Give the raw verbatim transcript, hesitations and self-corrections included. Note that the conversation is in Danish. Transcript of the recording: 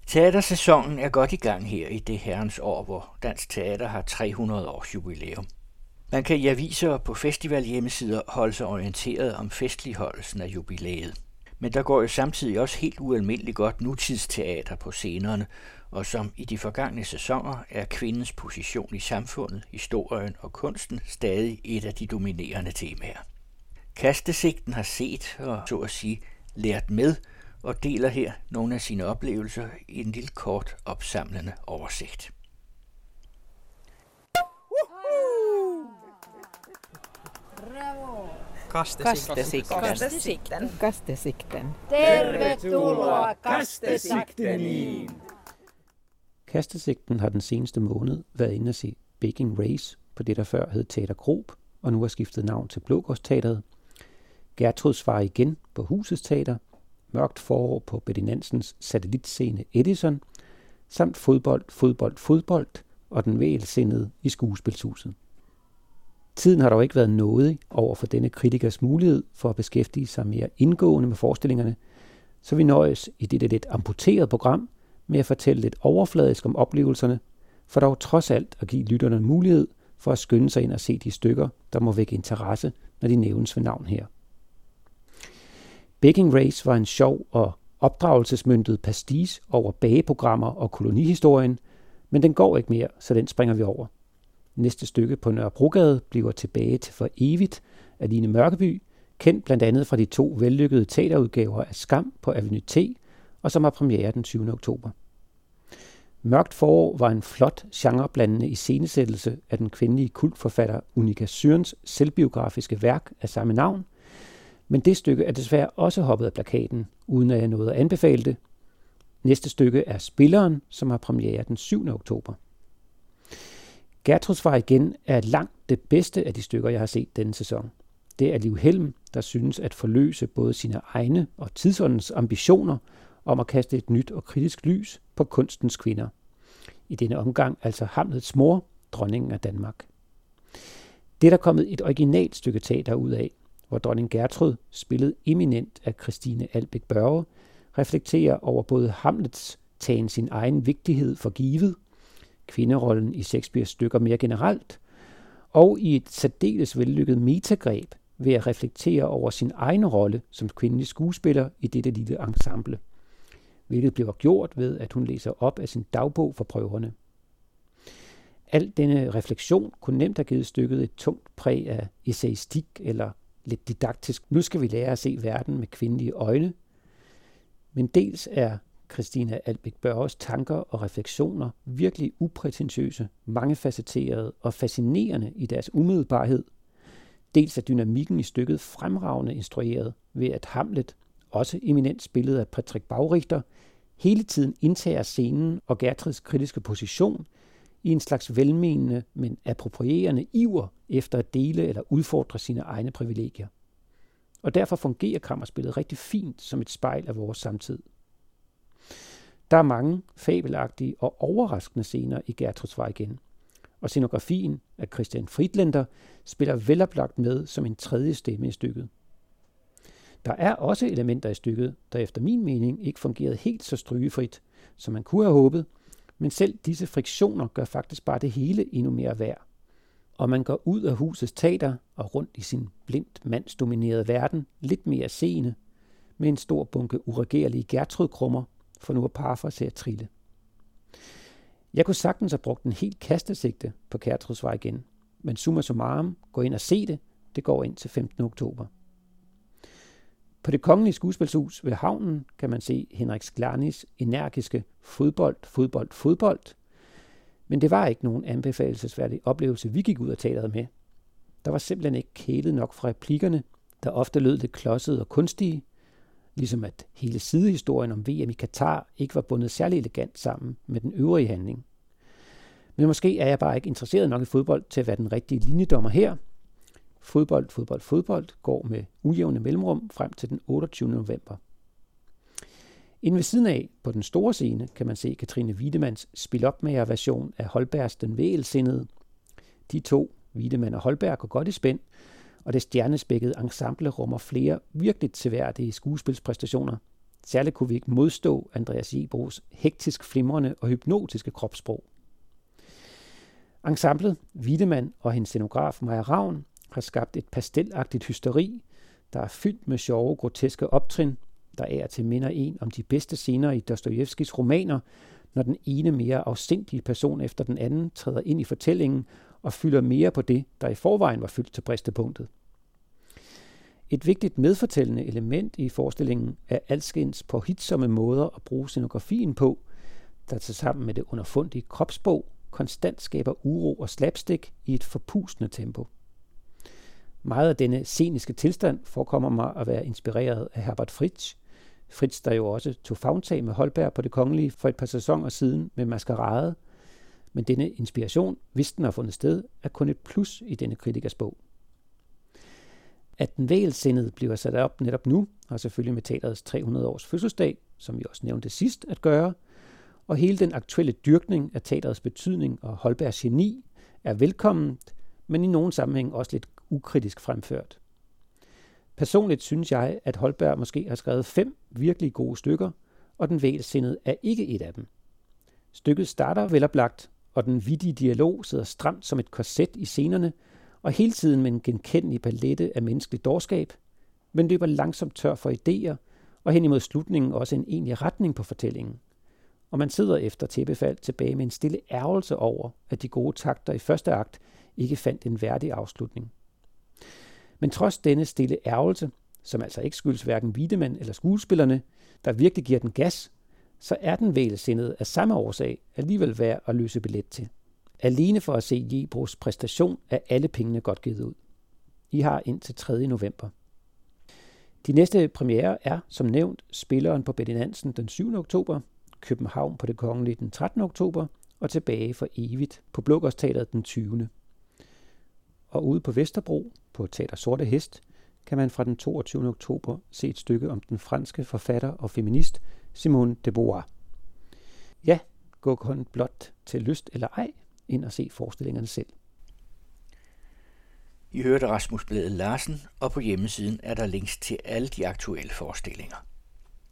Teatersæsonen er godt i gang her i det herrens år, hvor Dansk Teater har tre hundrede års jubilæum. Man kan i aviser og på festivalhjemmesider holde sig orienteret om festligholdelsen af jubilæet. Men der går jo samtidig også helt ualmindeligt godt nutidsteater på scenerne, og som i de forgangne sæsoner er kvindens position i samfundet, historien og kunsten stadig et af de dominerende temaer. Kastesigten har set og så at sige lært med, og deler her nogle af sine oplevelser i en lille kort opsamlende oversigt. Kastesikten. Kastesikten. Kastesikten. Tervetuloa Kastesikteniin! Kastesigten har den seneste måned været inde at se Baking Race på det, der før hed Teater Grob, og nu har skiftet navn til Blågårdsteatret. Gertrud svarer igen på Husets Teater, Mørkt forår på Betty Nansens satellitscene Edison, samt fodbold, fodbold, fodbold og den vælsindede i Skuespilshuset. Tiden har dog ikke været nådig over for denne kritikers mulighed for at beskæftige sig mere indgående med forestillingerne, så vi nøjes i dette lidt amputerede program med at fortælle lidt overfladisk om oplevelserne, for dog trods alt at give lytterne mulighed for at skynde sig ind og se de stykker, der må vække interesse, når de nævnes ved navn her. Baking Race var en sjov og opdragelsesmyndet pastiche over bageprogrammer og kolonihistorien, men den går ikke mere, så den springer vi over. Næste stykke på Nørrebrogade bliver Tilbage til for evigt af Line Mørkeby, kendt blandt andet fra de to vellykkede teaterudgaver af Skam på Avenue T, og som har premiere den tyvende oktober. Mørkt forår var en flot genreblandende iscenesættelse af den kvindelige kultforfatter Unica Syrens selvbiografiske værk af samme navn, men det stykke er desværre også hoppet af plakaten, uden at jeg nåede at anbefale det. Næste stykke er Spilleren, som har premiere den syvende oktober. Gertrud svarer igen er langt det bedste af de stykker, jeg har set denne sæson. Det er Liv Helm, der synes at forløse både sine egne og tidsåndens ambitioner om at kaste et nyt og kritisk lys på kunstens kvinder. I denne omgang altså Hamlets mor, dronningen af Danmark. Det er der kommet et originalt stykke teater ud af, hvor dronning Gertrud, spillet eminent af Christine Albæk Børge, reflekterer over både Hamlets tagen sin egen vigtighed for givet, kvinderollen i Shakespeares stykker mere generelt, og i et særdeles vellykket metagreb ved at reflektere over sin egen rolle som kvindelig skuespiller i dette lille ensemble, hvilket bliver gjort ved, at hun læser op af sin dagbog for prøverne. Al denne refleksion kunne nemt have givet stykket et tungt præg af essayistik eller lidt didaktisk. Nu skal vi lære at se verden med kvindelige øjne, men dels er Christina Albæk Børges tanker og refleksioner virkelig uprætentiøse, mangefacetterede og fascinerende i deres umiddelbarhed. Dels er dynamikken i stykket fremragende instrueret ved, at Hamlet, også eminent spillet af Patrick Baurichter, hele tiden indtager scenen og Gertruds kritiske position i en slags velmenende, men approprierende iver efter at dele eller udfordre sine egne privilegier. Og derfor fungerer kammerspillet rigtig fint som et spejl af vores samtid. Der er mange fabelagtige og overraskende scener i Gertruds vej igen, og scenografien af Christian Friedländer spiller veloplagt med som en tredje stemme i stykket. Der er også elementer i stykket, der efter min mening ikke fungerede helt så strygefrit, som man kunne have håbet, men selv disse friktioner gør faktisk bare det hele endnu mere værd. Og man går ud af Husets Teater og rundt i sin blindt mandsdominerede verden lidt mere seende, med en stor bunke uregerlige Gertrud-krummer, for nu at parafrasere Trille. Jeg kunne sagtens have brugt en helt kastesigte på Gertruds vej igen, men summa summarum, gå ind og se det, det går ind til femtende oktober. På Det Kongelige Skuespilshus ved havnen kan man se Henrik Sklarnis energiske fodbold, fodbold, fodbold, men det var ikke nogen anbefalelsesværdig oplevelse, vi gik ud af teateret med. Der var simpelthen ikke kælet nok fra replikkerne, der ofte lød lidt klodsede og kunstige, ligesom at hele sidehistorien om V M i Katar ikke var bundet særlig elegant sammen med den øvrige handling. Men måske er jeg bare ikke interesseret nok i fodbold til at være den rigtige linjedommer her. Fodbold, fodbold, fodbold går med ujævne mellemrum frem til den otteogtyvende november. Inden ved siden af, på den store scene, kan man se Katrine Wiedemanns spil-op-mager-version af Holbergs Den Vælsindede. De to, Wiedemann og Holberg, går godt i spænd, og det stjernespækkede ensemble rummer flere virkelig seværdige skuespilspræstationer. Særligt kunne vi ikke modstå Andreas Jebros hektisk flimrende og hypnotiske kropssprog. Ensemblet, Wiedemann og hendes scenograf Maja Ravn har skabt et pastelagtigt hysteri, der er fyldt med sjove, groteske optrin, der er til minder en om de bedste scener i Dostojevskijs romaner, når den ene mere afsindige person efter den anden træder ind i fortællingen og fylder mere på det, der i forvejen var fyldt til bristepunktet. Et vigtigt medfortællende element i forestillingen er alskens påhitsomme måder at bruge scenografien på, der tilsammen med det underfundige kropssprog konstant skaber uro og slapstick i et forpustende tempo. Meget af denne sceniske tilstand forekommer mig at være inspireret af Herbert Fritz. Fritz, der jo også tog favntag med Holberg på Det Kongelige for et par sæsoner siden med Maskerade. Men denne inspiration, hvis den har fundet sted, er kun et plus i denne kritikers bog. At Den Vægelsindede bliver sat op netop nu, har selvfølgelig med teaterets tre hundrede års fødselsdag, som vi også nævnte sidst, at gøre, og hele den aktuelle dyrkning af teaterets betydning og Holbergs geni er velkomment, men i nogen sammenhæng også lidt ukritisk fremført. Personligt synes jeg, at Holberg måske har skrevet fem virkelig gode stykker, og Den Vægelsindede er ikke et af dem. Stykket starter veloplagt, og den vittige dialog sidder stramt som et korset i scenerne, og hele tiden med en genkendelig palette af menneskelig dårskab, men løber langsomt tør for idéer, og hen imod slutningen også en egentlig retning på fortællingen. Og man sidder efter tæppefald tilbage med en stille ærgelse over, at de gode takter i første akt ikke fandt en værdig afslutning. Men trods denne stille ærgelse, som altså ikke skyldes hverken Wiedemann eller skuespillerne, der virkelig giver den gas, så er Den Vægelsindede af samme årsag alligevel værd at løse billet til. Alene for at se Jebros præstation er alle pengene godt givet ud. I har indtil tredje november. De næste premiere er, som nævnt, Spilleren på Betty Nansen den syvende oktober, København på Det Kongelige den trettende oktober og Tilbage for evigt på Blågårdsteatret den tyvende Og ude på Vesterbro, på Teater Sorte Hest, kan man fra den toogtyvende oktober se et stykke om den franske forfatter og feminist Simone de Beauvoir. Ja, gå kun blot til lyst eller ej, ind og se forestillingerne selv. I hørte Rasmus Blædel Larsen, og på hjemmesiden er der links til alle de aktuelle forestillinger.